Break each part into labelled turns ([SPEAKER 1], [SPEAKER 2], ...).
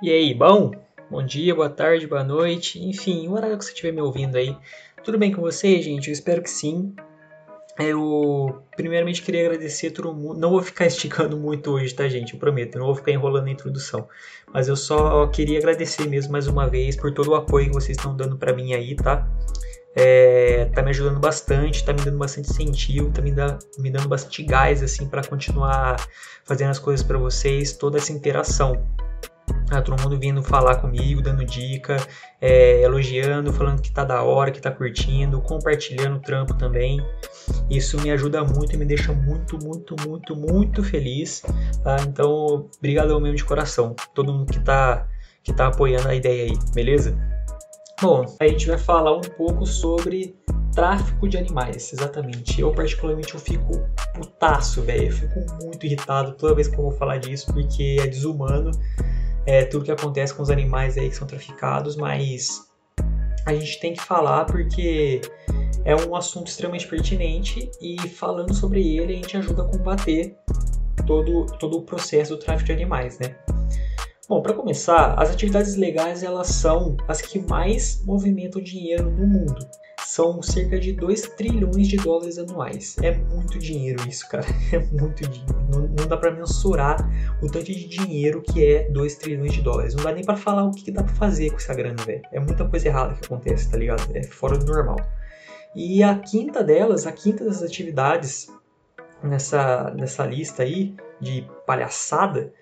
[SPEAKER 1] E aí, bom? Bom dia, boa tarde, boa noite, enfim, o horário que você estiver me ouvindo aí. Tudo bem com você, gente? Eu espero que sim. Eu primeiramente queria agradecer a todo mundo. Não vou ficar esticando muito hoje, tá, gente? Eu prometo, eu não vou ficar enrolando a introdução. Mas eu só queria agradecer mesmo mais uma vez por todo o apoio que vocês estão dando pra mim aí, tá? Tá me ajudando bastante, tá me dando bastante incentivo, tá me dando bastante gás, assim, pra continuar fazendo as coisas pra vocês, toda essa interação. Todo mundo vindo falar comigo, dando dica, elogiando, falando que tá da hora, que tá curtindo, compartilhando o trampo também. Isso me ajuda muito e me deixa muito, muito, muito, muito feliz, tá? Então, brigadão mesmo de coração, todo mundo que tá apoiando a ideia aí, beleza? Bom, a gente vai falar um pouco sobre tráfico de animais, exatamente. Eu particularmente eu fico putaço, velho, eu fico muito irritado toda vez que eu vou falar disso, porque é desumano. Tudo que acontece com os animais aí que são traficados, mas a gente tem que falar porque é um assunto extremamente pertinente e falando sobre ele a gente ajuda a combater todo o processo do tráfico de animais, né? Bom, para começar, as atividades legais elas são as que mais movimentam dinheiro no mundo. São cerca de 2 trilhões de dólares anuais. É muito dinheiro isso, cara. É muito dinheiro. Não dá pra mensurar o tanto de dinheiro que é 2 trilhões de dólares. Não dá nem pra falar o que dá pra fazer com essa grana, velho. É muita coisa errada que acontece, tá ligado? É fora do normal. E a quinta dessas atividades nessa lista aí de palhaçada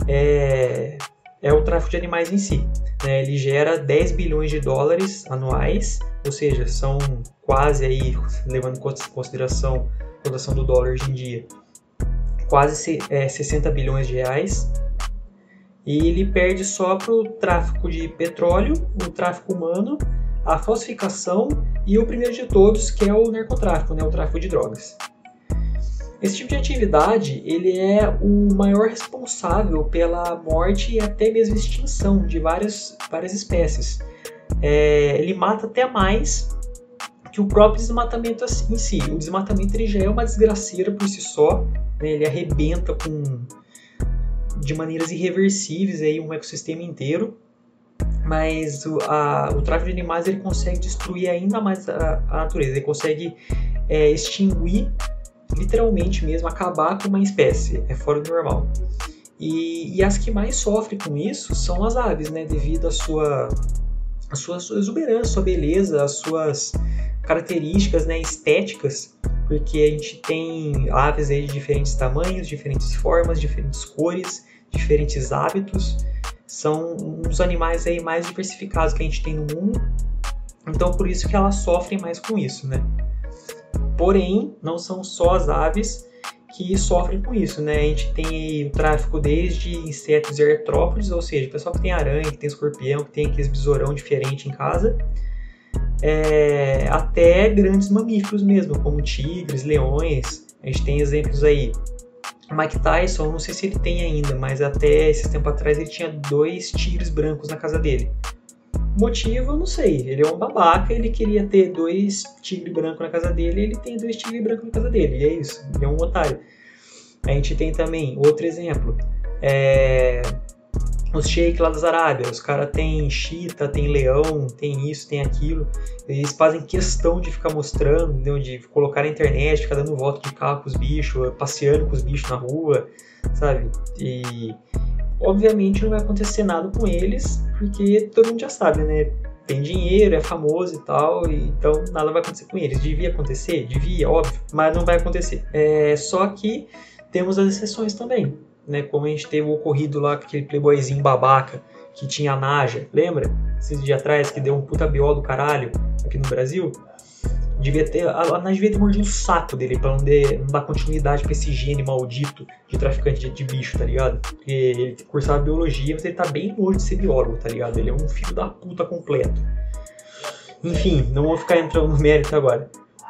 [SPEAKER 1] é o tráfico de animais em si. Né? Ele gera 10 bilhões de dólares anuais, ou seja, são quase aí, levando em consideração a cotação do dólar hoje em dia, quase 60 bilhões de reais. E ele perde só para o tráfico de petróleo, o tráfico humano, a falsificação e o primeiro de todos, que é o narcotráfico, né? O tráfico de drogas. Esse tipo de atividade ele é o maior responsável pela morte e até mesmo extinção de várias espécies. Ele mata até mais que o próprio desmatamento em si. O desmatamento ele já é uma desgraceira por si só, né? Ele arrebenta de maneiras irreversíveis aí um ecossistema inteiro, mas o tráfico de animais ele consegue destruir ainda mais a natureza, ele consegue extinguir, literalmente mesmo, acabar com uma espécie, é fora do normal. E as que mais sofrem com isso são as aves, né, devido à sua exuberância, sua beleza, às suas características, né, estéticas, porque a gente tem aves aí de diferentes tamanhos, diferentes formas, diferentes cores, diferentes hábitos. São os animais aí mais diversificados que a gente tem no mundo, então por isso que elas sofrem mais com isso, né? Porém, não são só as aves que sofrem com isso, né? A gente tem o tráfico desde insetos e artrópodes, ou seja, o pessoal que tem aranha, que tem escorpião, que tem aqueles besourão diferente em casa, até grandes mamíferos mesmo, como tigres, leões. A gente tem exemplos aí. Mike Tyson, não sei se ele tem ainda, mas até esse tempo atrás ele tinha 2 tigres brancos na casa dele. O motivo eu não sei, ele é um babaca, ele queria ter 2 tigres brancos na casa dele, ele tem 2 tigres brancos na casa dele, e é isso, ele é um otário. A gente tem também outro exemplo, os sheiks lá das Arábias, os caras tem chita, tem leão, tem isso, tem aquilo, eles fazem questão de ficar mostrando, entendeu? De colocar na internet, ficar dando volta de carro com os bichos, passeando com os bichos na rua, sabe? E obviamente não vai acontecer nada com eles, porque todo mundo já sabe, né? Tem dinheiro, é famoso e tal, então nada vai acontecer com eles. Devia acontecer? Devia, óbvio, mas não vai acontecer. Só que temos as exceções também, né? Como a gente teve o ocorrido lá com aquele playboyzinho babaca que tinha a Naja, lembra? Esses dias atrás que deu um puta BO do caralho aqui no Brasil. A Naja devia ter mordido o saco dele pra não dar continuidade pra esse gene maldito de traficante de bicho, tá ligado? Porque ele cursava biologia, mas ele tá bem longe de ser biólogo, tá ligado? Ele é um filho da puta completo. Enfim, não vou ficar entrando no mérito agora.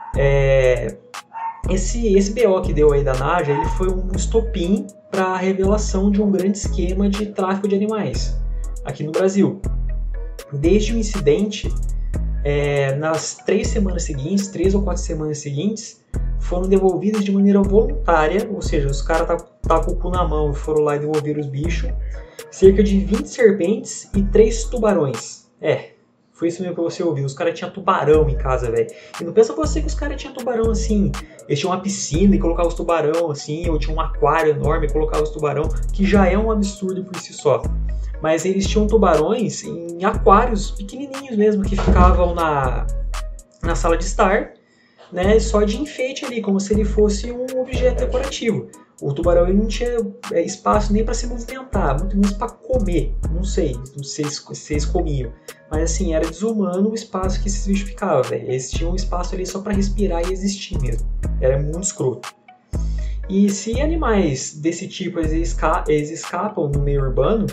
[SPEAKER 1] Esse BO que deu aí da Naja, ele foi um estopim para a revelação de um grande esquema de tráfico de animais aqui no Brasil. Desde o incidente, nas 3 ou 4 semanas seguintes, foram devolvidas de maneira voluntária, ou seja, os caras estavam tá com o cu na mão e foram lá e devolveram os bichos. Cerca de 20 serpentes e 3 tubarões. Foi isso mesmo que você ouviu. Os caras tinham tubarão em casa, velho. E não pensa você que os caras tinham tubarão assim. Eles tinham uma piscina e colocavam os tubarão assim, ou tinham um aquário enorme e colocavam os tubarão, que já é um absurdo por si só. Mas eles tinham tubarões em aquários pequenininhos mesmo, que ficavam na sala de estar, né, só de enfeite ali, como se ele fosse um objeto decorativo. O tubarão ele não tinha espaço nem para se movimentar, muito menos para comer. Não sei se eles comiam. Mas assim, era desumano o espaço que esses bichos ficavam, velho. Eles tinham um espaço ali só para respirar e existir mesmo. Era muito escroto. E se animais desse tipo eles escapam no meio urbano,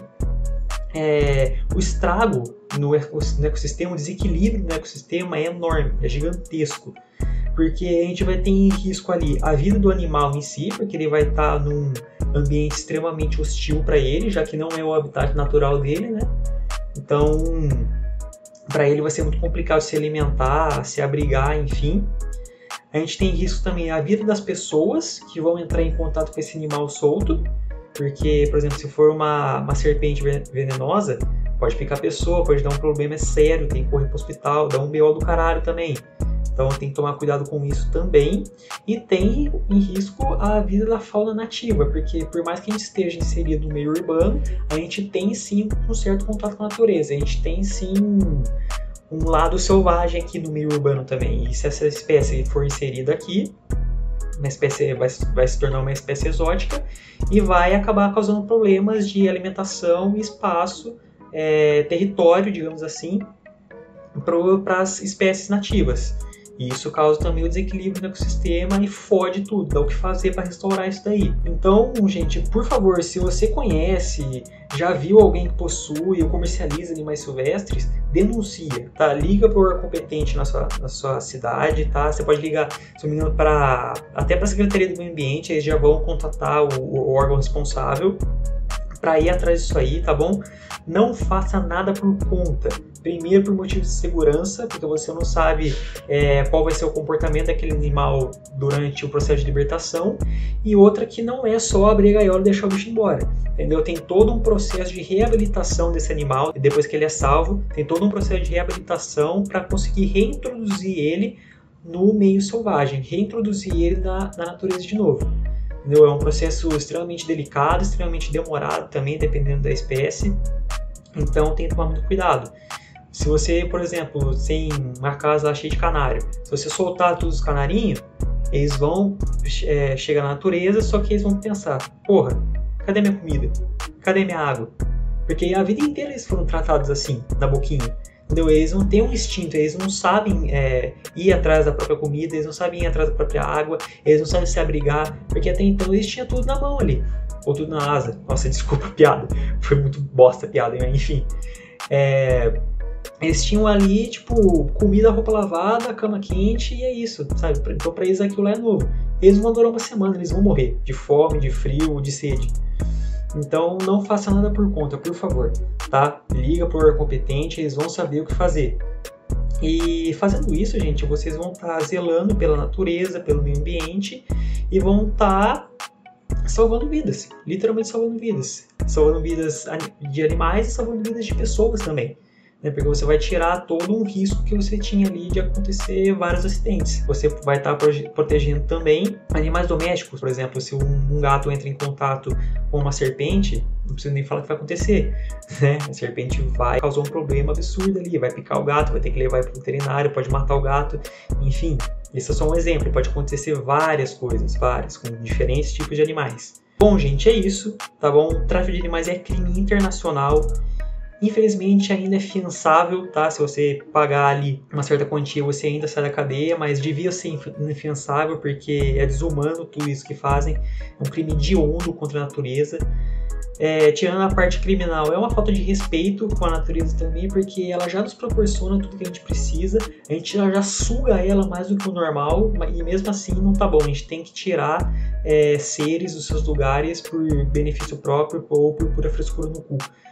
[SPEAKER 1] o estrago no ecossistema, o desequilíbrio no ecossistema é enorme, é gigantesco. Porque a gente vai ter em risco ali a vida do animal em si, porque ele vai estar num ambiente extremamente hostil para ele, já que não é o habitat natural dele, né? Então, para ele vai ser muito complicado se alimentar, se abrigar, enfim. A gente tem em risco também a vida das pessoas que vão entrar em contato com esse animal solto, porque, por exemplo, se for uma serpente venenosa, pode picar a pessoa, pode dar um problema sério, tem que correr para o hospital, dá um BO do caralho também. Então tem que tomar cuidado com isso também. E tem em risco a vida da fauna nativa, porque por mais que a gente esteja inserido no meio urbano, a gente tem sim um certo contato com a natureza, a gente tem sim um lado selvagem aqui no meio urbano também. E se essa espécie for inserida aqui, uma espécie vai se tornar uma espécie exótica e vai acabar causando problemas de alimentação, espaço, território, digamos assim, para as espécies nativas. E isso causa também o desequilíbrio no ecossistema e fode tudo, dá o que fazer para restaurar isso daí. Então, gente, por favor, se você conhece, já viu alguém que possui ou comercializa animais silvestres, denuncia, tá? Liga para o órgão competente na sua cidade, tá? Você pode ligar, se não me engano, até para a Secretaria do Meio Ambiente, eles já vão contatar o órgão responsável para ir atrás disso aí, tá bom? Não faça nada por conta. Primeiro, por motivos de segurança, porque você não sabe qual vai ser o comportamento daquele animal durante o processo de libertação. E outra que não é só abrir a gaiola e deixar o bicho embora, entendeu? Tem todo um processo de reabilitação desse animal, depois que ele é salvo, tem todo um processo de reabilitação para conseguir reintroduzir ele no meio selvagem, reintroduzir ele na natureza de novo. Entendeu? É um processo extremamente delicado, extremamente demorado também, dependendo da espécie. Então tem que tomar muito cuidado. Se você, por exemplo, tem uma casa lá cheia de canário, se você soltar todos os canarinhos, eles vão chegar na natureza, só que eles vão pensar, porra, cadê minha comida? Cadê minha água? Porque a vida inteira eles foram tratados assim, na boquinha. Entendeu? Eles não têm um instinto, eles não sabem ir atrás da própria comida, eles não sabem ir atrás da própria água, eles não sabem se abrigar, porque até então eles tinham tudo na mão ali, ou tudo na asa. Nossa, desculpa a piada, foi muito bosta a piada, mas enfim. Eles tinham ali, tipo, comida, roupa lavada, cama quente e é isso, sabe? Então pra eles aquilo lá é novo. Eles vão durar uma semana, eles vão morrer de fome, de frio, de sede. Então não faça nada por conta, por favor, tá? Liga pro órgão competente, eles vão saber o que fazer. E fazendo isso, gente, vocês vão estar zelando pela natureza, pelo meio ambiente e vão estar salvando vidas, literalmente salvando vidas de animais e salvando vidas de pessoas também. Porque você vai tirar todo um risco que você tinha ali de acontecer vários acidentes. Você vai estar protegendo também animais domésticos. Por exemplo, se um gato entra em contato com uma serpente, não precisa nem falar o que vai acontecer, né? A serpente vai causar um problema absurdo ali, vai picar o gato, vai ter que levar para o veterinário, pode matar o gato, enfim. Isso é só um exemplo, pode acontecer várias coisas, com diferentes tipos de animais. Bom, gente, é isso, tá bom? O tráfico de animais é crime internacional. Infelizmente ainda é fiançável, tá? Se você pagar ali uma certa quantia, você ainda sai da cadeia, mas devia ser inafiançável porque é desumano tudo isso que fazem. É um crime hediondo contra a natureza. Tirando a parte criminal, é uma falta de respeito com a natureza também, porque ela já nos proporciona tudo que a gente precisa, a gente já suga ela mais do que o normal, e mesmo assim não tá bom, a gente tem que tirar seres dos seus lugares por benefício próprio ou por pura frescura no cu.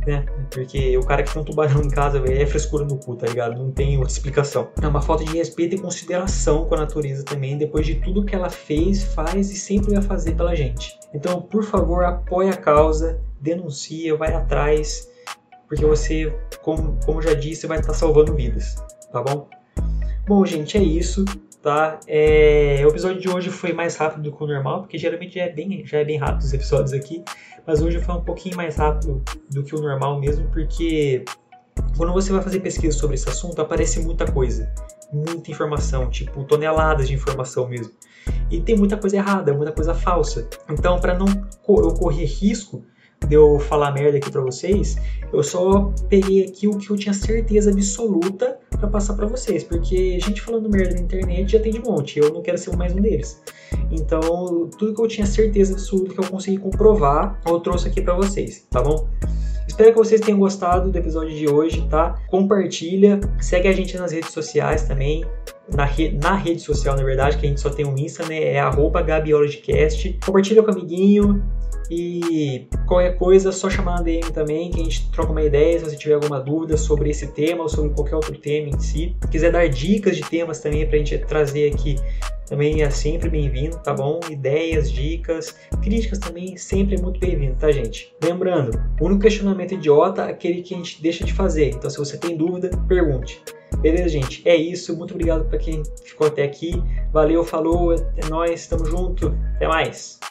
[SPEAKER 1] né? Porque o cara que tem um tubarão em casa, velho, é frescura no cu, tá ligado? Não tem outra explicação. É uma falta de respeito e consideração com a natureza também, depois de tudo que ela fez, faz e sempre vai fazer pela gente. Então, por favor, apoie a causa, denuncia, vai atrás, porque você, como já disse, vai estar salvando vidas, tá bom? Bom, gente, é isso, tá? O episódio de hoje foi mais rápido do que o normal, porque geralmente já é bem rápido os episódios aqui, mas hoje foi um pouquinho mais rápido do que o normal mesmo, porque quando você vai fazer pesquisa sobre esse assunto, aparece muita coisa, muita informação, tipo toneladas de informação mesmo. E tem muita coisa errada, muita coisa falsa. Então, para não eu correr risco de eu falar merda aqui pra vocês, eu só peguei aqui o que eu tinha certeza absoluta pra passar pra vocês, porque gente falando merda na internet já tem de monte, eu não quero ser mais um deles. Então, tudo que eu tinha certeza absoluta que eu consegui comprovar, eu trouxe aqui pra vocês, tá bom? Espero que vocês tenham gostado do episódio de hoje, tá? Compartilha, segue a gente nas redes sociais também, na rede social, na verdade, que a gente só tem um Insta, né? É @gabiologicast. Compartilha com o amiguinho e qualquer coisa, só chamar na DM também, que a gente troca uma ideia, se você tiver alguma dúvida sobre esse tema ou sobre qualquer outro tema em si. Se quiser dar dicas de temas também pra gente trazer aqui, também é sempre bem-vindo, tá bom? Ideias, dicas, críticas também, sempre é muito bem-vindo, tá, gente? Lembrando, o único questionamento idiota é aquele que a gente deixa de fazer. Então, se você tem dúvida, pergunte. Beleza, gente? É isso. Muito obrigado para quem ficou até aqui. Valeu, falou, é nóis, tamo junto. Até mais.